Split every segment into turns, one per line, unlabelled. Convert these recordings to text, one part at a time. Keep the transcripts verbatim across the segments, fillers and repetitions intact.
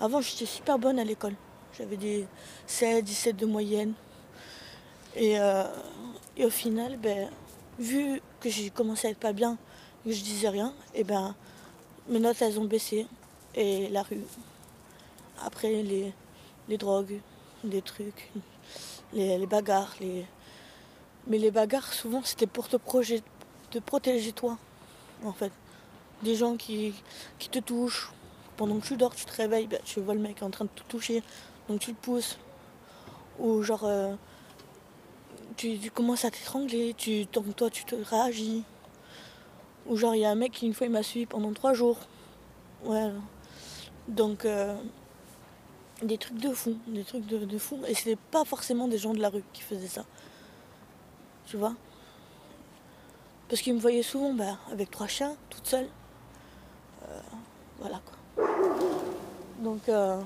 Avant, j'étais super bonne à l'école. J'avais des seize, dix-sept de moyenne. Et, euh, et au final, ben, vu que j'ai commencé à être pas bien, que je disais rien, et ben, mes notes, elles ont baissé. Et la rue. Après, les, les drogues, les trucs, les, les bagarres. Les... Mais les bagarres, souvent, c'était pour te, projet, te protéger toi, en fait. Des gens qui, qui te touchent. Pendant que tu dors, tu te réveilles, ben, tu vois le mec en train de te toucher, donc tu le pousses. Ou genre, euh, tu, tu commences à t'étrangler, tu, donc toi tu te réagis. Ou genre, il y a un mec qui une fois il m'a suivi pendant trois jours. Ouais. Donc, euh, des trucs de fou, des trucs de, de fou. Et c'était pas forcément des gens de la rue qui faisaient ça. Tu vois? Parce qu'ils me voyaient souvent bah, avec trois chiens, toute seule. Euh, voilà quoi. Donc, euh,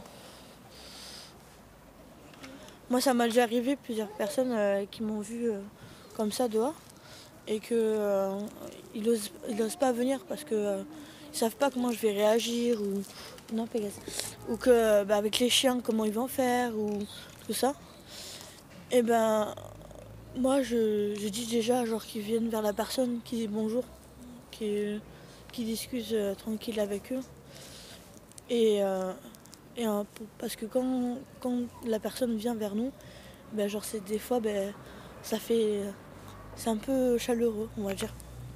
moi ça m'a déjà arrivé plusieurs personnes euh, qui m'ont vu euh, comme ça dehors. Et qu'ils euh, n'osent, ils osent pas venir parce que euh, ils savent pas comment je vais réagir ou non Pégase, ou que bah, avec les chiens comment ils vont faire ou tout ça. Et ben moi je, je dis déjà genre qu'ils viennent vers la personne qui dit bonjour, qui, qui discute euh, tranquille avec eux. Et, euh, et euh, parce que quand, quand la personne vient vers nous, ben genre c'est des fois ben ça fait c'est un peu chaleureux on va dire.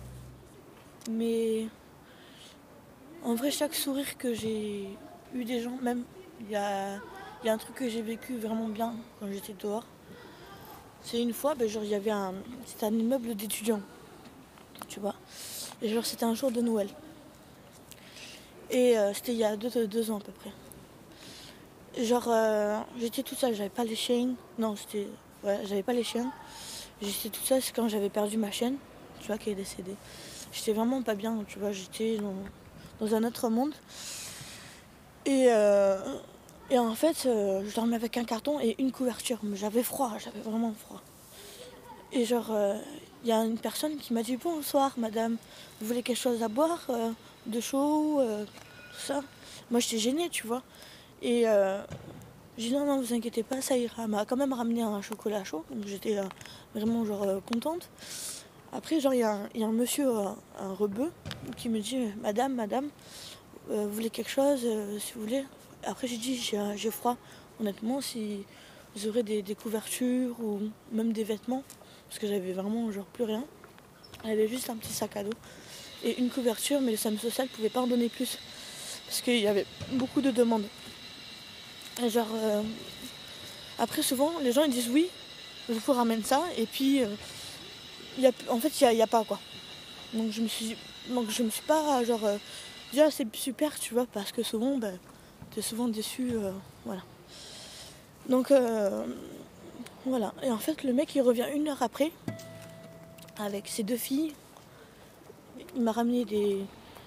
Mais en vrai, chaque sourire que j'ai eu des gens, même, il y a, y a un truc que j'ai vécu vraiment bien quand j'étais dehors. C'est une fois, ben, genre, il y avait un. C'était un immeuble d'étudiants, tu vois. Et genre, c'était un jour de Noël. Et euh, c'était il y a deux, deux ans à peu près. Et genre, euh, j'étais toute seule, j'avais pas les chiens. Non, c'était. Ouais, j'avais pas les chiens. J'étais toute seule, c'est quand j'avais perdu ma chienne, tu vois, qui est décédée. J'étais vraiment pas bien, tu vois, j'étais dans, dans un autre monde. Et, euh, et en fait, euh, je dormais avec un carton et une couverture. Mais j'avais froid, j'avais vraiment froid. Et genre, il euh, y a une personne qui m'a dit bonsoir madame, vous voulez quelque chose à boire, euh, de chaud, euh, tout ça. Moi j'étais gênée, tu vois. Et euh, j'ai dit non, non, vous inquiétez pas, ça ira. Elle m'a quand même ramené un chocolat chaud, donc j'étais euh, vraiment genre euh, contente. Après, genre, il y, y a un monsieur, euh, un rebeu, qui me dit madame, madame, euh, vous voulez quelque chose, euh, si vous voulez. Après, j'ai dit j'ai, j'ai froid. Honnêtement, si vous aurez des, des couvertures ou même des vêtements, parce que j'avais vraiment genre plus rien. Elle avait juste un petit sac à dos et une couverture, mais le SAMU social ne pouvait pas en donner plus parce qu'il y avait beaucoup de demandes. Et genre, euh, après, souvent, les gens ils disent oui, je vous ramène ça, et puis euh, y a, en fait, il n'y a, a pas quoi. Donc je me suis, donc je me suis pas genre euh, dit ah, c'est super, tu vois, parce que souvent, ben, t'es souvent déçu, euh, voilà. Donc euh, voilà. Et en fait, le mec il revient une heure après avec ses deux filles. Il m'a ramené des,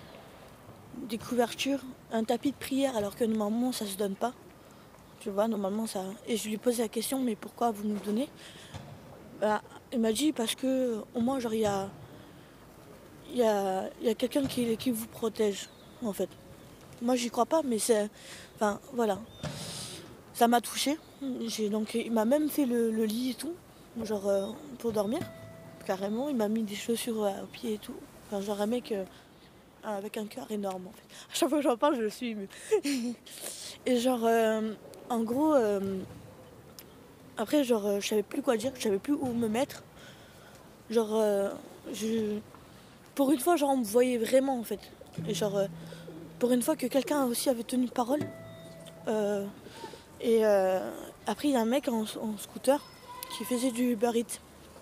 des couvertures, un tapis de prière, alors que normalement ça se donne pas. Tu vois, normalement ça. Et je lui posais la question, mais pourquoi vous nous donnez? Bah, il m'a dit parce que au moins genre il y a, y a, y a quelqu'un qui, qui vous protège, en fait. Moi j'y crois pas, mais c'est. Enfin voilà. Ça m'a touchée. J'ai, donc il m'a même fait le, le lit et tout, genre euh, pour dormir. Carrément, il m'a mis des chaussures euh, aux pieds et tout. Enfin genre un mec. Euh, avec un cœur énorme en fait. À chaque fois que j'en parle, je le suis émue. Et genre, euh, en gros, euh, après, genre, euh, je savais plus quoi dire, je savais plus où me mettre. Genre, euh, je... pour une fois, genre, on me voyait vraiment en fait. Et genre, euh, pour une fois que quelqu'un aussi avait tenu parole. Euh, et euh, après, il y a un mec en, en scooter qui faisait du Uber Eats.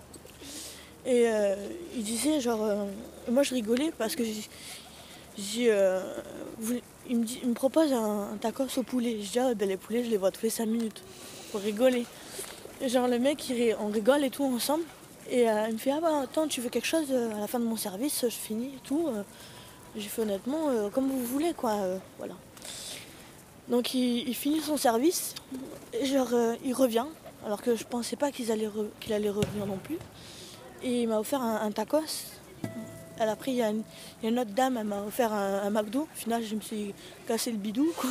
Et euh, il disait, genre, euh, moi je rigolais parce que j'ai. J'ai, euh, vous, il, me dit, il me propose un, un tacos au poulet. Je dis ah ben les poulets je les vois tous les cinq minutes pour rigoler. Et genre le mec il, on rigole et tout ensemble. Et euh, il me fait ah bah attends tu veux quelque chose à la fin de mon service je finis et tout. J'ai fait honnêtement euh, comme vous voulez quoi euh, voilà. Donc il, il finit son service et genre euh, il revient alors que je pensais pas qu'ils allaient re, qu'il allait revenir non plus. Et il m'a offert un, un tacos. Elle a pris, il y, a une- il y a une autre dame, elle m'a offert un, un McDo. Au final, je me suis cassé le bidou, quoi.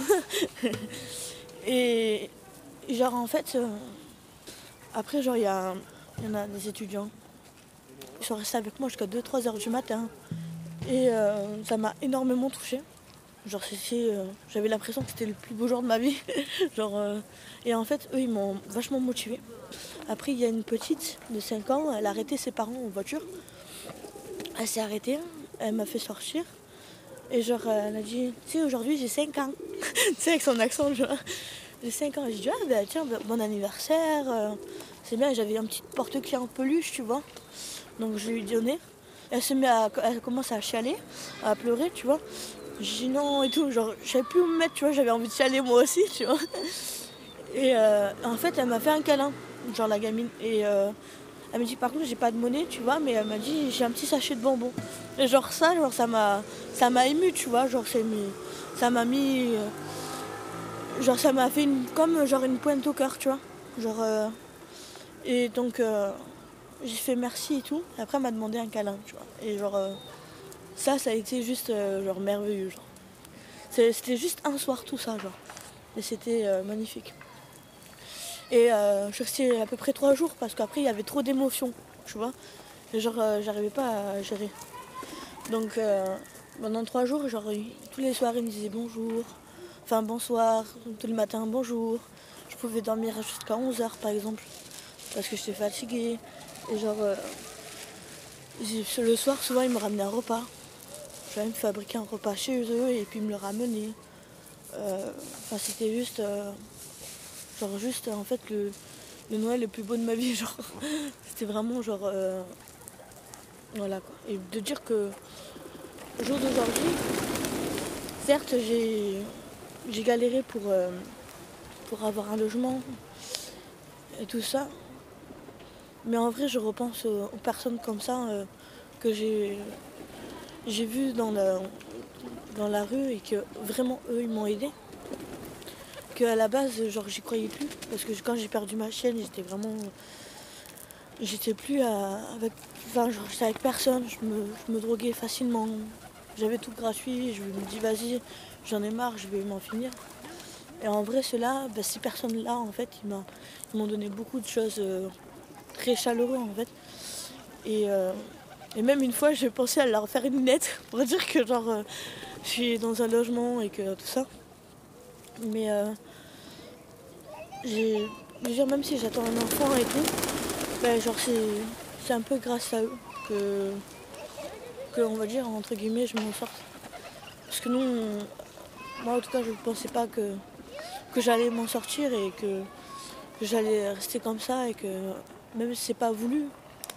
Et genre, en fait, euh, après, genre, il y, a- il y en a des étudiants. Ils sont restés avec moi jusqu'à deux trois heures du matin. Et euh, ça m'a énormément touchée. Genre, c'était, euh, j'avais l'impression que c'était le plus beau jour de ma vie. Genre, euh, et en fait, eux, ils m'ont vachement motivée. Après, il y a une petite de cinq ans, elle a arrêté ses parents en voiture. Elle s'est arrêtée, elle m'a fait sortir. Et genre, euh, elle a dit, tu sais, aujourd'hui j'ai cinq ans. Tu sais, avec son accent, genre, j'ai cinq ans. J'ai dit, ah ben tiens, ben, bon anniversaire. euh, c'est bien, j'avais un petit porte-clés en peluche, tu vois. Donc je lui ai donné. Elle se met à, elle commence à chialer, à pleurer, tu vois. J'ai dit non et tout, genre, je savais plus où me mettre, tu vois, j'avais envie de chialer moi aussi, tu vois. Et euh, en fait, elle m'a fait un câlin, genre la gamine. Et euh, elle m'a dit, par contre, j'ai pas de monnaie, tu vois, mais elle m'a dit, j'ai un petit sachet de bonbons. Et genre ça, genre ça m'a, ça m'a ému, tu vois, genre c'est mis, ça m'a mis, euh, genre ça m'a fait une, comme genre une pointe au cœur, tu vois. Genre, euh, et donc euh, j'ai fait merci et tout. Et après, elle m'a demandé un câlin, tu vois. Et genre, euh, ça, ça a été juste euh, genre merveilleux, genre. C'est- C'était juste un soir tout ça, genre. Et c'était euh, magnifique. Et euh, je suis restée à peu près trois jours parce qu'après il y avait trop d'émotions, tu vois. Et genre euh, j'arrivais pas à gérer. Donc euh, pendant trois jours, genre tous les soirs ils me disaient bonjour, enfin bonsoir, tous les matins bonjour. Je pouvais dormir jusqu'à onze heures par exemple parce que j'étais fatiguée. Et genre euh, le soir souvent ils me ramenaient un repas. J'allais me fabriquer un repas chez eux et puis me le ramener. Euh, Enfin c'était juste, euh, genre juste en fait le, le Noël le plus beau de ma vie, genre. C'était vraiment genre, euh, voilà quoi. Et de dire que au jour d'aujourd'hui, certes j'ai j'ai galéré pour, euh, pour avoir un logement et tout ça, mais en vrai je repense aux, aux personnes comme ça euh, que j'ai j'ai vues dans la, dans la rue et que vraiment eux ils m'ont aidé. Qu'à la base genre j'y croyais plus parce que quand j'ai perdu ma chienne j'étais vraiment, j'étais plus à- avec, enfin genre j'étais avec personne, je me, je me droguais facilement. J'avais tout gratuit, je me dis vas-y, j'en ai marre, je vais m'en finir. Et en vrai, ceux-là, bah, ces personnes-là, en fait, ils m'ont, ils m'ont donné beaucoup de choses euh, très chaleureuses, en fait. Et, euh, et même une fois, j'ai pensé à leur faire une lettre pour dire que, genre, euh, je suis dans un logement et que tout ça. Mais, euh, j'ai, je veux dire, même si j'attends un enfant et tout, bah, genre, c'est, c'est un peu grâce à eux que, que, on va dire, entre guillemets, je m'en sorte. Parce que nous, on- moi, en tout cas, je ne pensais pas que, que j'allais m'en sortir et que j'allais rester comme ça et que même si c'est pas voulu,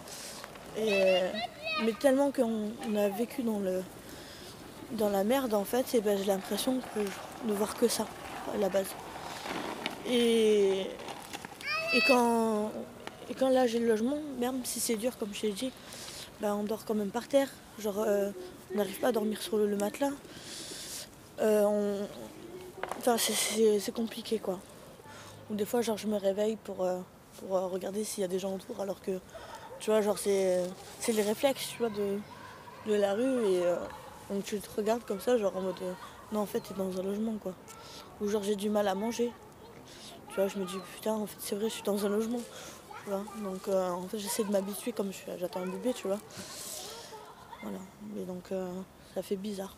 et, mais tellement qu'on on a vécu dans, le, dans la merde en fait, et ben j'ai l'impression que je- de voir que ça à la base. Et, et, quand, et quand là j'ai le logement, même si c'est dur comme je t'ai dit, ben on dort quand même par terre. Genre euh, on n'arrive pas à dormir sur le, le matelas. Euh, on, enfin c'est, c'est, c'est compliqué quoi. Ou des fois genre je me réveille pour, euh, pour euh, regarder s'il y a des gens autour alors que tu vois genre c'est, c'est les réflexes tu vois de, de la rue et euh, donc tu te regardes comme ça genre en mode euh, non en fait t'es dans un logement quoi. Ou genre j'ai du mal à manger. Tu vois je me dis putain en fait c'est vrai je suis dans un logement. Tu vois donc euh, en fait j'essaie de m'habituer comme je suis, j'attends un bébé tu vois. Voilà. Mais donc euh, ça fait bizarre.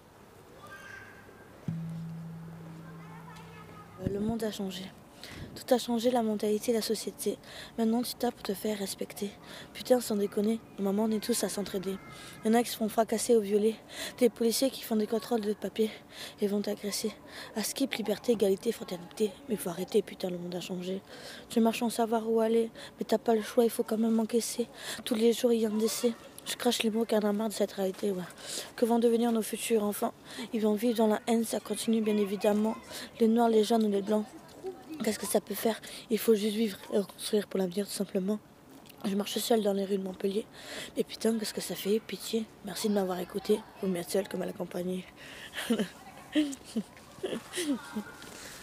Euh, Le monde a changé. Tout a changé, la mentalité, la société. Maintenant, tu tapes pour te faire respecter. Putain, sans déconner, au moment on est tous à s'entraider. Il y en a qui se font fracasser ou violer. Des policiers qui font des contrôles de papier et vont t'agresser. À skip, liberté, égalité, fraternité. Mais faut arrêter, putain, le monde a changé. Tu marches sans savoir où aller, mais t'as pas le choix, il faut quand même encaisser. Tous les jours, il y a un décès. Je crache les mots car j'en ai marre de cette réalité, ouais. Que vont devenir nos futurs enfants? Ils vont vivre dans la haine, ça continue bien évidemment. Les noirs, les jaunes ou les blancs. Qu'est-ce que ça peut faire? Il faut juste vivre et reconstruire pour l'avenir, tout simplement. Je marche seule dans les rues de Montpellier. Et putain, qu'est-ce que ça fait? Pitié. Merci de m'avoir écouté. Vous m'êtes seule comme à la compagnie.